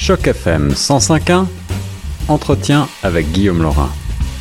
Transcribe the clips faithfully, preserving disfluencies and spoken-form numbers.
Choc F M cent cinq point un, entretien avec Guillaume Laurin.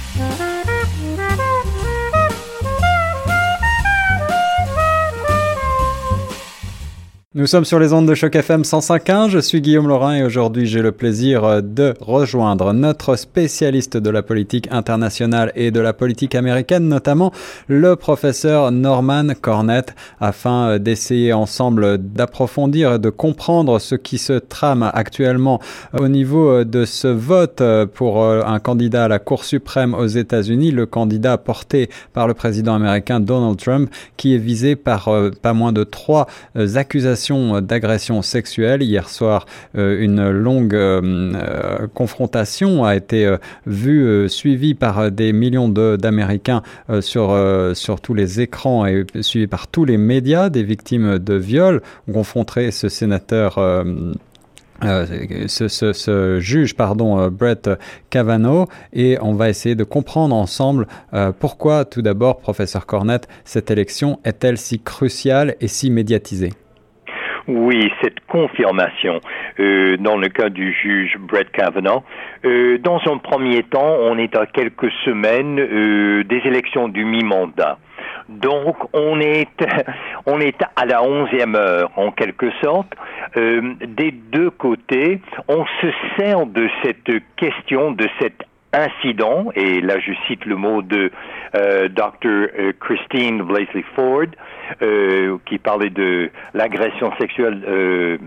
Nous sommes sur les ondes de Choc F M cent cinq point un, je suis Guillaume Laurin et aujourd'hui j'ai le plaisir de rejoindre notre spécialiste de la politique internationale et de la politique américaine, notamment le professeur Norman Cornett, afin d'essayer ensemble d'approfondir et de comprendre ce qui se trame actuellement au niveau de ce vote pour un candidat à la Cour suprême aux États-Unis, le candidat porté par le président américain Donald Trump, qui est visé par pas moins de trois accusations d'agression sexuelle. Hier soir, euh, une longue euh, confrontation a été euh, vue, euh, suivie par des millions de, d'Américains euh, sur, euh, sur tous les écrans et suivie par tous les médias. Des victimes de viol ont confronté ce sénateur euh, Euh, ce, ce, ce juge, pardon, euh, Brett Kavanaugh, et on va essayer de comprendre ensemble euh, pourquoi, tout d'abord, professeur Cornett, cette élection est-elle si cruciale et si médiatisée? Oui, cette confirmation euh, dans le cas du juge Brett Kavanaugh. Euh, dans un premier temps, on est à quelques semaines euh, des élections du mi-mandat. Donc, on est, on est à la onzième heure, en quelque sorte. Euh, des deux côtés, on se sert de cette question, de cet incident, et là je cite le mot de euh, docteur Christine Blasey Ford, euh, qui parlait de l'agression sexuelle euh,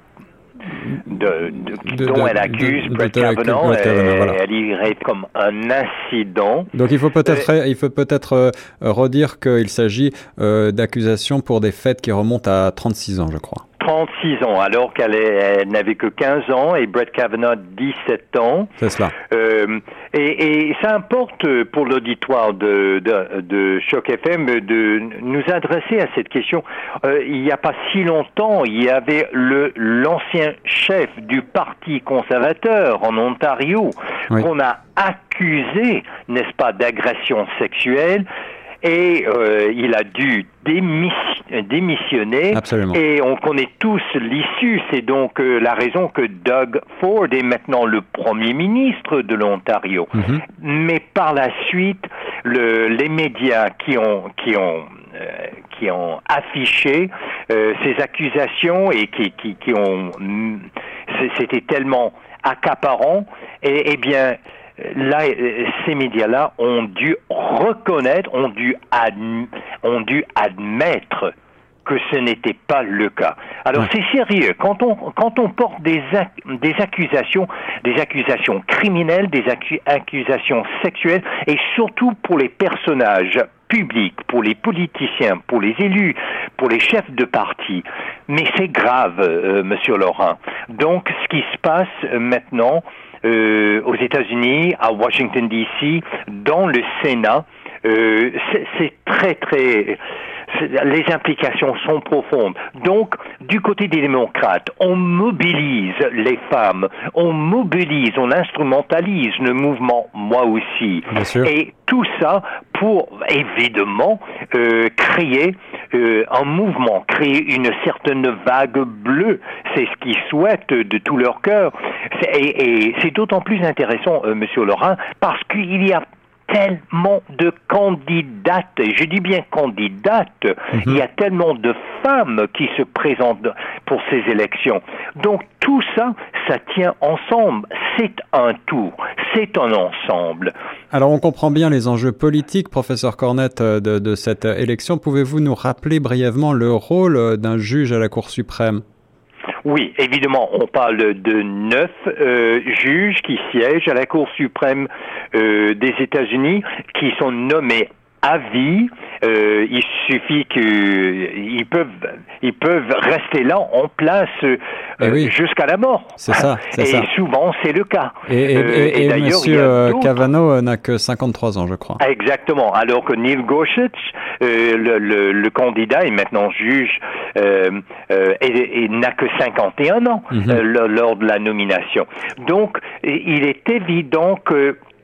de, de, de, dont de, elle accuse de, Brett Kavanaugh. Brett Kavanaugh, voilà. Elle irait comme un incident. Donc il faut peut-être, euh, il faut peut-être euh, redire qu'il s'agit euh, d'accusations pour des faits qui remontent à trente-six ans, je crois. trente-six ans, alors qu'elle est, elle n'avait que quinze ans et Brett Kavanaugh dix-sept ans. C'est cela. Euh, et, et ça importe pour l'auditoire de, de, de Choc F M de nous adresser à cette question. Euh, il n'y a pas si longtemps, il y avait le, l'ancien chef du Parti conservateur en Ontario, oui, qu'on a accusé, n'est-ce pas, d'agression sexuelle. Et euh, il a dû démission, démissionner. Absolument. Et on connaît tous l'issue. C'est donc euh, la raison que Doug Ford est maintenant le premier ministre de l'Ontario. Mm-hmm. Mais par la suite, le, les médias qui ont qui ont euh, qui ont affiché euh, ces accusations et qui qui, qui ont c'était tellement accaparant. Et eh bien. Là, ces médias-là ont dû reconnaître, ont dû, adm- ont dû admettre que ce n'était pas le cas. Alors, c'est sérieux. Quand on, quand on porte des, ac- des accusations, des accusations criminelles, des accu- accusations sexuelles, et surtout pour les personnages publics, pour les politiciens, pour les élus, pour les chefs de parti. Mais c'est grave, euh, Monsieur Laurin. Donc, ce qui se passe euh, maintenant, Euh, aux États-Unis, à Washington D C, dans le Sénat, euh, c'est, c'est très très, c'est, les implications sont profondes. Donc, du côté des démocrates, on mobilise les femmes, on mobilise, on instrumentalise le mouvement Moi aussi, bien sûr, et tout ça pour évidemment euh, créer euh, un mouvement, créer une certaine vague bleue. C'est ce qu'ils souhaitent de tout leur cœur. C'est, et, et c'est d'autant plus intéressant, euh, Monsieur Laurin, parce qu'il y a tellement de candidates, et je dis bien candidates, mm-hmm. il y a tellement de femmes qui se présentent pour ces élections. Donc tout ça, ça tient ensemble. C'est un tout, c'est un ensemble. Alors on comprend bien les enjeux politiques, professeur Cornett, de, de cette élection. Pouvez-vous nous rappeler brièvement le rôle d'un juge à la Cour suprême? Oui, évidemment, on parle de neuf euh, juges qui siègent à la Cour suprême euh, des États-Unis, qui sont nommés à vie. Euh, il suffit qu'ils peuvent, ils peuvent rester là en place euh, oui. jusqu'à la mort. C'est ça. C'est et ça. souvent, c'est le cas. Et, et, euh, et, et, et d'ailleurs, Monsieur Kavanaugh n'a que cinquante-trois ans, je crois. Exactement. Alors que Neil Gorsuch, euh, le, le, le candidat, est maintenant juge, euh, euh, et, et n'a que cinquante et un ans mm-hmm. euh, lors de la nomination. Donc, il est évident que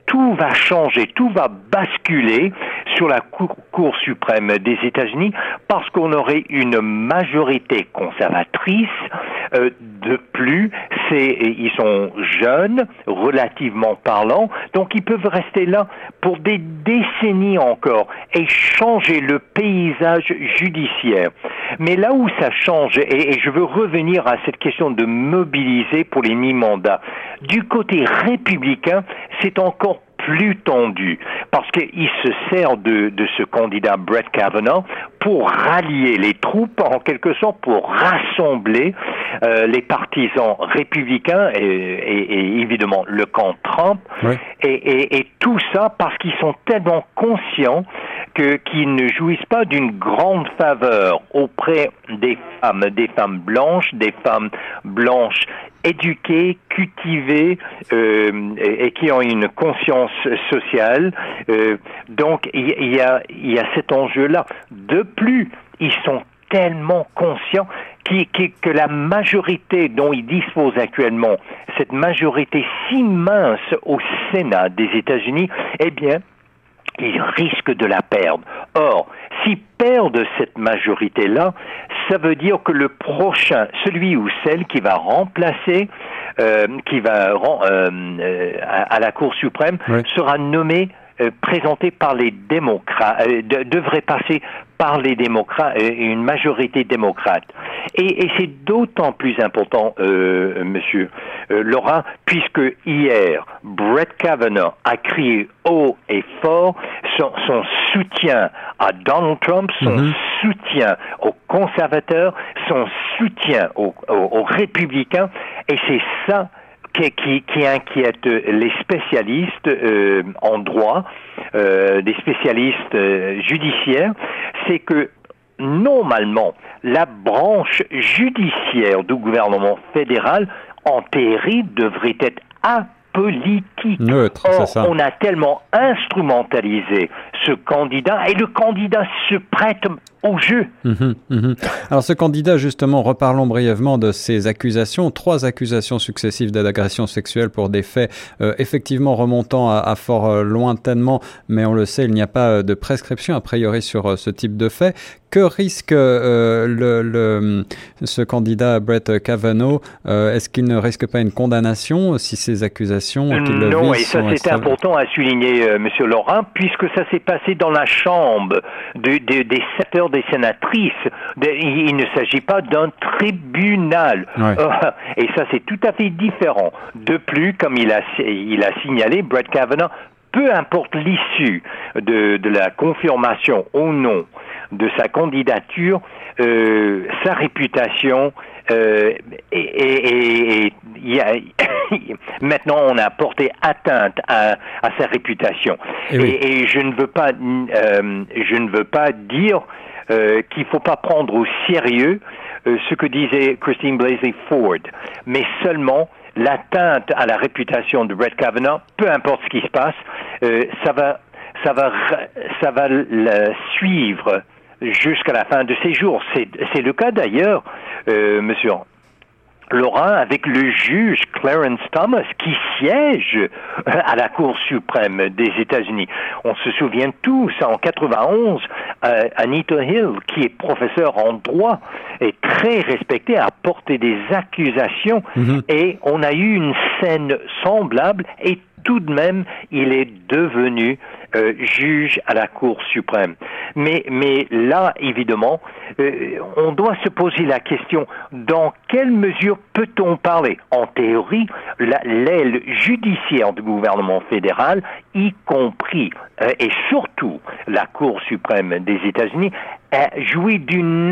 tout va changer, tout va basculer sur la Cour, Cour suprême des États-Unis parce qu'on aurait une majorité conservatrice. Euh, de plus, c'est, ils sont jeunes, relativement parlant, donc ils peuvent rester là pour des décennies encore et changer le paysage judiciaire. Mais là où ça change, et, et je veux revenir à cette question de mobiliser pour les mi-mandats, du côté républicain, c'est encore plus tendu, parce qu'il se sert de, de ce candidat Brett Kavanaugh pour rallier les troupes, en quelque sorte, pour rassembler euh, les partisans républicains et, et, et évidemment le camp Trump, oui. et, et, et tout ça parce qu'ils sont tellement conscients que, qu'ils ne jouissent pas d'une grande faveur auprès des femmes, des femmes blanches, des femmes blanches éduquées, cultivées euh, et, et qui ont une conscience sociale. Euh, donc il y, y a il y a cet enjeu-là. De plus, ils sont tellement conscients qui, qui, que la majorité dont ils disposent actuellement, cette majorité si mince au Sénat des États-Unis, eh bien, ils risquent de la perdre. Or, s'ils perdent cette majorité-là, ça veut dire que le prochain, celui ou celle qui va remplacer, euh, qui va euh, euh, à, à la Cour suprême, oui. sera nommé, euh, présenté par les démocrates, euh, de, devrait passer par les démocrates, euh, une majorité démocrate. Et, et c'est d'autant plus important, euh, monsieur euh, Laurent, puisque hier, Brett Kavanaugh a crié haut et fort son, son soutien à Donald Trump, son mm-hmm. soutien aux conservateurs, son soutien aux, aux, aux républicains, et c'est ça Qui, qui, qui inquiète les spécialistes euh, en droit, euh, des spécialistes euh, judiciaires, c'est que normalement, la branche judiciaire du gouvernement fédéral, en théorie, devrait être apolitique. Neutre, Or, c'est ça. On a tellement instrumentalisé ce candidat et le candidat se prête au jeu. Mmh, mmh. Alors ce candidat, justement, reparlons brièvement de ces accusations, trois accusations successives d'agression sexuelle pour des faits euh, effectivement remontant à, à fort euh, lointainement, mais on le sait, il n'y a pas euh, de prescription a priori sur euh, ce type de fait. Que risque euh, le, le, ce candidat Brett Kavanaugh? euh, Est-ce qu'il ne risque pas une condamnation si ces accusations qu'il le Non, vise et ça c'est extra... important à souligner, euh, Monsieur Laurent, puisque ça s'est passé dans la chambre de, de, des sénateurs, des sénatrices. De, il, il ne s'agit pas d'un tribunal. Ouais. Euh, et ça c'est tout à fait différent. De plus, comme il a, il a signalé, Brett Kavanaugh, peu importe l'issue de, de la confirmation ou non de sa candidature, euh, sa réputation euh, et, et, et, et a, maintenant on a porté atteinte à, à sa réputation. Et, oui. et, et je ne veux pas, euh, je ne veux pas dire euh, qu'il faut pas prendre au sérieux euh, ce que disait Christine Blasey Ford, mais seulement l'atteinte à la réputation de Brett Kavanaugh, peu importe ce qui se passe, euh, ça va, ça va, ça va le suivre jusqu'à la fin de ses jours. C'est, c'est le cas d'ailleurs, euh, Monsieur Laurent, avec le juge Clarence Thomas qui siège à la Cour suprême des États-Unis. On se souvient tous, en quatre-vingt-onze, euh, Anita Hill, qui est professeure en droit, est très respectée, a porté des accusations, mm-hmm. et on a eu une scène semblable, et tout de même, il est devenu euh, juge à la Cour suprême. Mais, mais là, évidemment, euh, on doit se poser la question, dans quelle mesure peut-on parler? En théorie, la, l'aile judiciaire du gouvernement fédéral, y compris euh, et surtout la Cour suprême des États-Unis, a joui d'une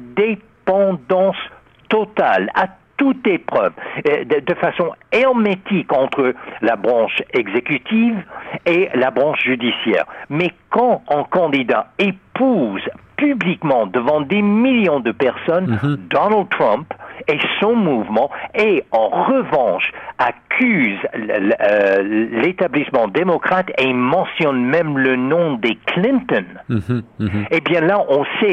indépendance totale, à toute épreuve, de, de façon hermétique entre la branche exécutive et la branche judiciaire. Mais quand un candidat épouse publiquement devant des millions de personnes mm-hmm. Donald Trump et son mouvement, et en revanche accuse l'établissement démocrate et mentionne même le nom des Clinton, mm-hmm. Mm-hmm. eh bien là on sait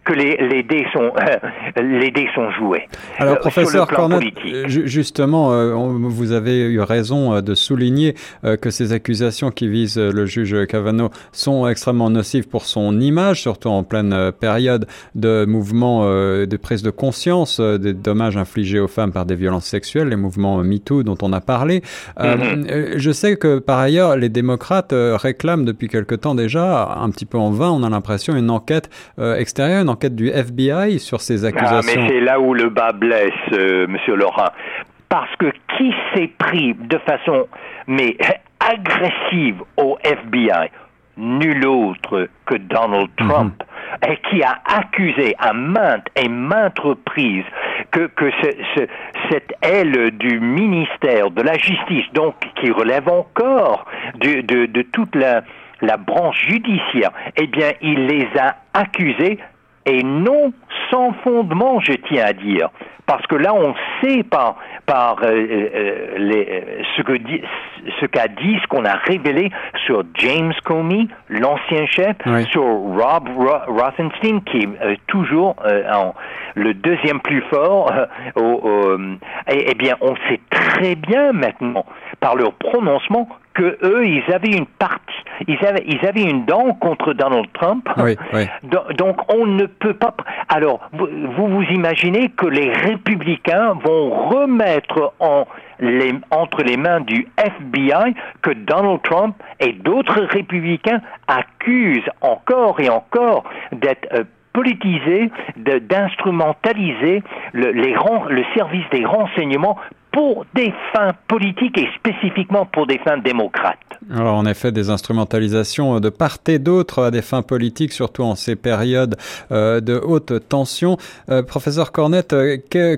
que les, les dés sont euh, les dés sont joués. Alors, euh, professeur Cornette, justement, euh, vous avez eu raison de souligner euh, que ces accusations qui visent le juge Kavanaugh sont extrêmement nocives pour son image, surtout en pleine période de mouvements euh, de prise de conscience euh, des dommages infligés aux femmes par des violences sexuelles, les mouvements MeToo dont on a parlé. Euh, mm-hmm. Je sais que par ailleurs, les démocrates euh, réclament depuis quelque temps déjà, un petit peu en vain, on a l'impression, une enquête euh, extérieure, une enquête du F B I sur ces accusations. Ah, mais c'est là où le bas blesse, euh, Monsieur Laurent. Parce que qui s'est pris de façon mais agressive au F B I? Nul autre que Donald Trump, mm-hmm. et qui a accusé à maintes et maintes reprises que, que ce, ce, cette aile du ministère de la Justice, donc qui relève encore de, de, de toute la, la branche judiciaire, eh bien, il les a accusés, et non sans fondement, je tiens à dire. Parce que là, on sait par, par euh, euh, les, ce que dit, ce qu'a dit, ce qu'on a révélé sur James Comey, l'ancien chef, oui. sur Rob Rothenstein, qui est euh, toujours euh, en, le deuxième plus fort. Euh, au, au, eh, eh bien, on sait très bien maintenant, par leur prononcement, que eux, ils avaient une partie, ils avaient, ils avaient une dent contre Donald Trump. Oui, oui. Donc, on ne peut pas. Alors, vous vous, vous imaginez que les républicains vont remettre en les, entre les mains du F B I que Donald Trump et d'autres républicains accusent encore et encore d'être euh, politisés, de, d'instrumentaliser le, les, le service des renseignements pour des fins politiques et spécifiquement pour des fins démocrates. Alors en effet, des instrumentalisations de part et d'autre à des fins politiques, surtout en ces périodes euh, de haute tension. Euh, professeur Cornette, que,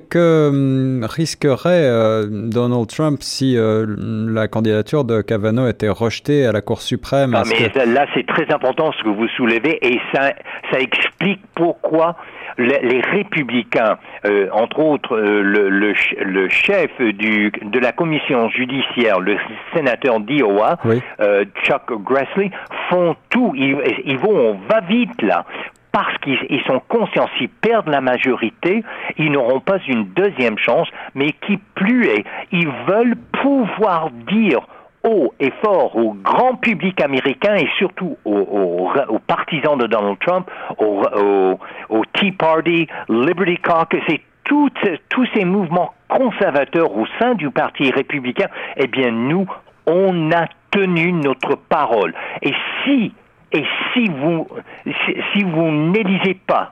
que risquerait euh, Donald Trump si euh, la candidature de Kavanaugh était rejetée à la Cour suprême? Ah, mais que... là, c'est très important ce que vous soulevez et ça, ça explique pourquoi les, les républicains, euh, entre autres euh, le, le, le chef du, de la commission judiciaire, le sénateur d'Iowa, oui. euh, Chuck Grassley, font tout, ils, ils vont, on va vite là, parce qu'ils ils sont conscients, s'ils perdent la majorité, ils n'auront pas une deuxième chance, mais qui plus est, ils veulent pouvoir dire haut et fort au grand public américain et surtout aux, aux, aux partisans de Donald Trump, aux, aux, aux Tea Party, Liberty Caucus et toutes, tous ces mouvements conservateurs au sein du Parti républicain, eh bien nous, on a tenu notre parole. Et si, et si vous, si, si vous n'élisez pas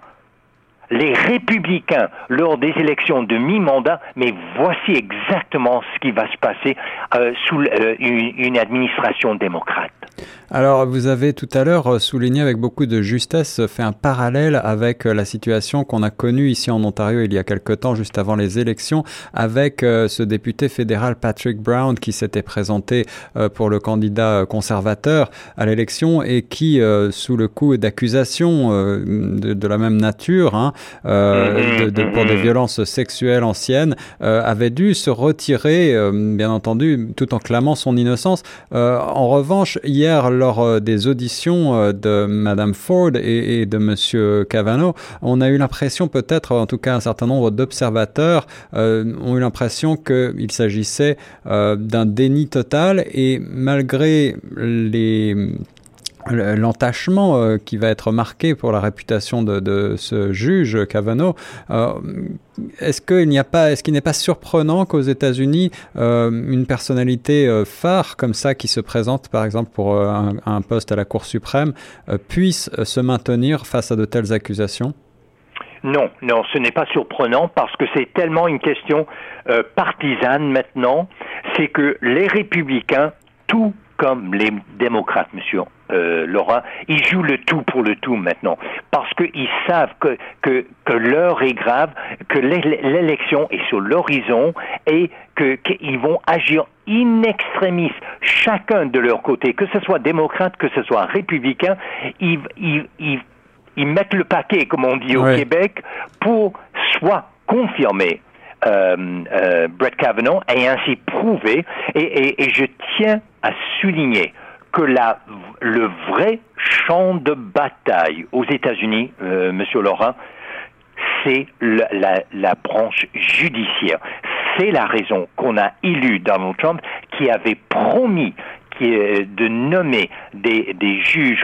les républicains lors des élections de mi-mandat, mais voici exactement ce qui va se passer euh, sous euh, une, une administration démocrate. Alors, vous avez tout à l'heure souligné avec beaucoup de justesse, fait un parallèle avec la situation qu'on a connue ici en Ontario il y a quelque temps, juste avant les élections, avec euh, ce député fédéral Patrick Brown qui s'était présenté euh, pour le candidat conservateur à l'élection et qui, euh, sous le coup d'accusations euh, de, de la même nature, hein, euh, de, de, pour des violences sexuelles anciennes, euh, avait dû se retirer, euh, bien entendu, tout en clamant son innocence. Euh, en revanche, hier, lors des auditions de Madame Ford et, et de Monsieur Kavanaugh, on a eu l'impression, peut-être, en tout cas un certain nombre d'observateurs euh, ont eu l'impression qu'il s'agissait euh, d'un déni total et malgré les... l'entachement euh, qui va être marqué pour la réputation de, de ce juge Kavanaugh, euh, est-ce qu'il n'y a pas, est-ce qu'il n'est pas surprenant qu'aux États-Unis, euh, une personnalité euh, phare comme ça qui se présente, par exemple pour euh, un, un poste à la Cour suprême, euh, puisse euh, se maintenir face à de telles accusations? Non, non, ce n'est pas surprenant parce que c'est tellement une question euh, partisane maintenant, c'est que les républicains, tout comme les démocrates, monsieur euh, Laurent, ils jouent le tout pour le tout maintenant, parce qu'ils savent que, que, que l'heure est grave, que l'élection est sur l'horizon et que, qu'ils vont agir in extremis, chacun de leur côté, que ce soit démocrate, que ce soit républicain, ils, ils, ils, ils mettent le paquet, comme on dit au oui. Québec, pour soit confirmer Euh, euh, Brett Kavanaugh et ainsi prouver, et, et, et je tiens à souligner que la, le vrai champ de bataille aux États-Unis, euh, Monsieur Laurent, c'est la, la, la branche judiciaire. C'est la raison qu'on a élu Donald Trump, qui avait promis qui est de nommer des, des juges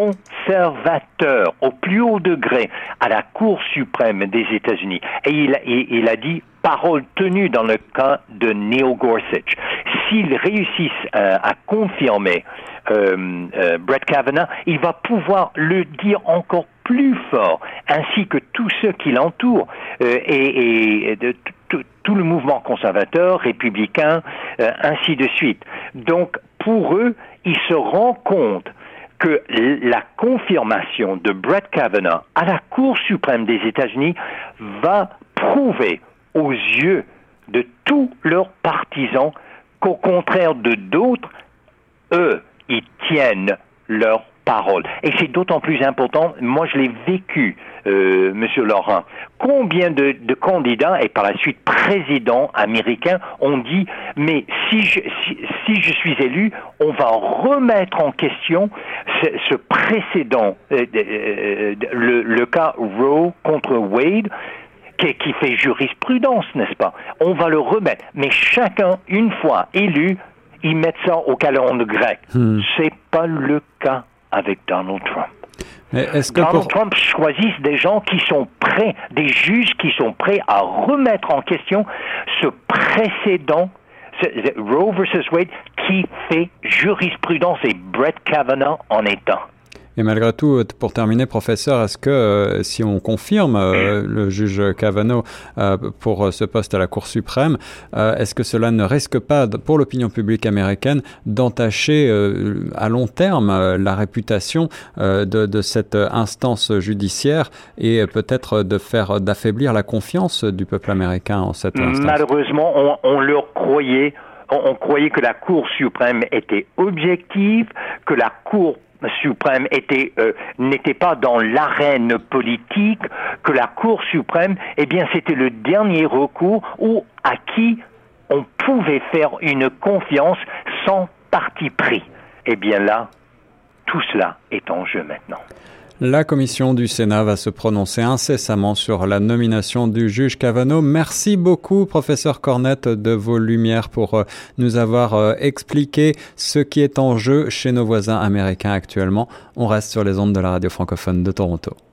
conservateurs au plus haut degré à la Cour suprême des États-Unis. Et il, il, il a dit parole tenue dans le cas de Neil Gorsuch. S'ils réussissent euh, à confirmer euh, euh, Brett Kavanaugh, il va pouvoir le dire encore plus fort, ainsi que tous ceux qui l'entourent euh, et, et de tout, tout le mouvement conservateur, républicain, euh, ainsi de suite. Donc, pour eux, ils se rendent compte que la confirmation de Brett Kavanaugh à la Cour suprême des États-Unis va prouver aux yeux de tous leurs partisans qu'au contraire de d'autres, eux, ils tiennent leur parole. Et c'est d'autant plus important, moi je l'ai vécu, euh, Monsieur Laurent. Combien de, de candidats et par la suite présidents américains ont dit, mais si je, si, si je suis élu, on va remettre en question ce, ce précédent, euh, euh, le, le cas Roe contre Wade, qui, qui fait jurisprudence, n'est-ce pas? On va le remettre. Mais chacun, une fois élu, ils mettent ça au calendrier grec. Hmm. C'est pas le cas avec Donald Trump. Mais est-ce que Donald pour... Trump choisit des gens qui sont prêts, des juges qui sont prêts à remettre en question ce précédent, ce, ce Roe versus Wade, qui fait jurisprudence, et Brett Kavanaugh en est un. Et malgré tout, pour terminer, professeur, est-ce que euh, si on confirme euh, le juge Kavanaugh euh, pour ce poste à la Cour suprême, euh, est-ce que cela ne risque pas, pour l'opinion publique américaine, d'entacher euh, à long terme euh, la réputation euh, de, de cette instance judiciaire et peut-être de faire d'affaiblir la confiance du peuple américain en cette instance? Malheureusement, on, on leur croyait, on, on croyait que la Cour suprême était objective, que la Cour suprême était euh, n'était pas dans l'arène politique, que la Cour suprême, eh bien, c'était le dernier recours où à qui on pouvait faire une confiance sans parti pris. Eh bien là, tout cela est en jeu maintenant. La commission du Sénat va se prononcer incessamment sur la nomination du juge Kavanaugh. Merci beaucoup, professeur Cornette, de vos lumières pour euh, nous avoir euh, expliqué ce qui est en jeu chez nos voisins américains actuellement. On reste sur les ondes de la radio francophone de Toronto.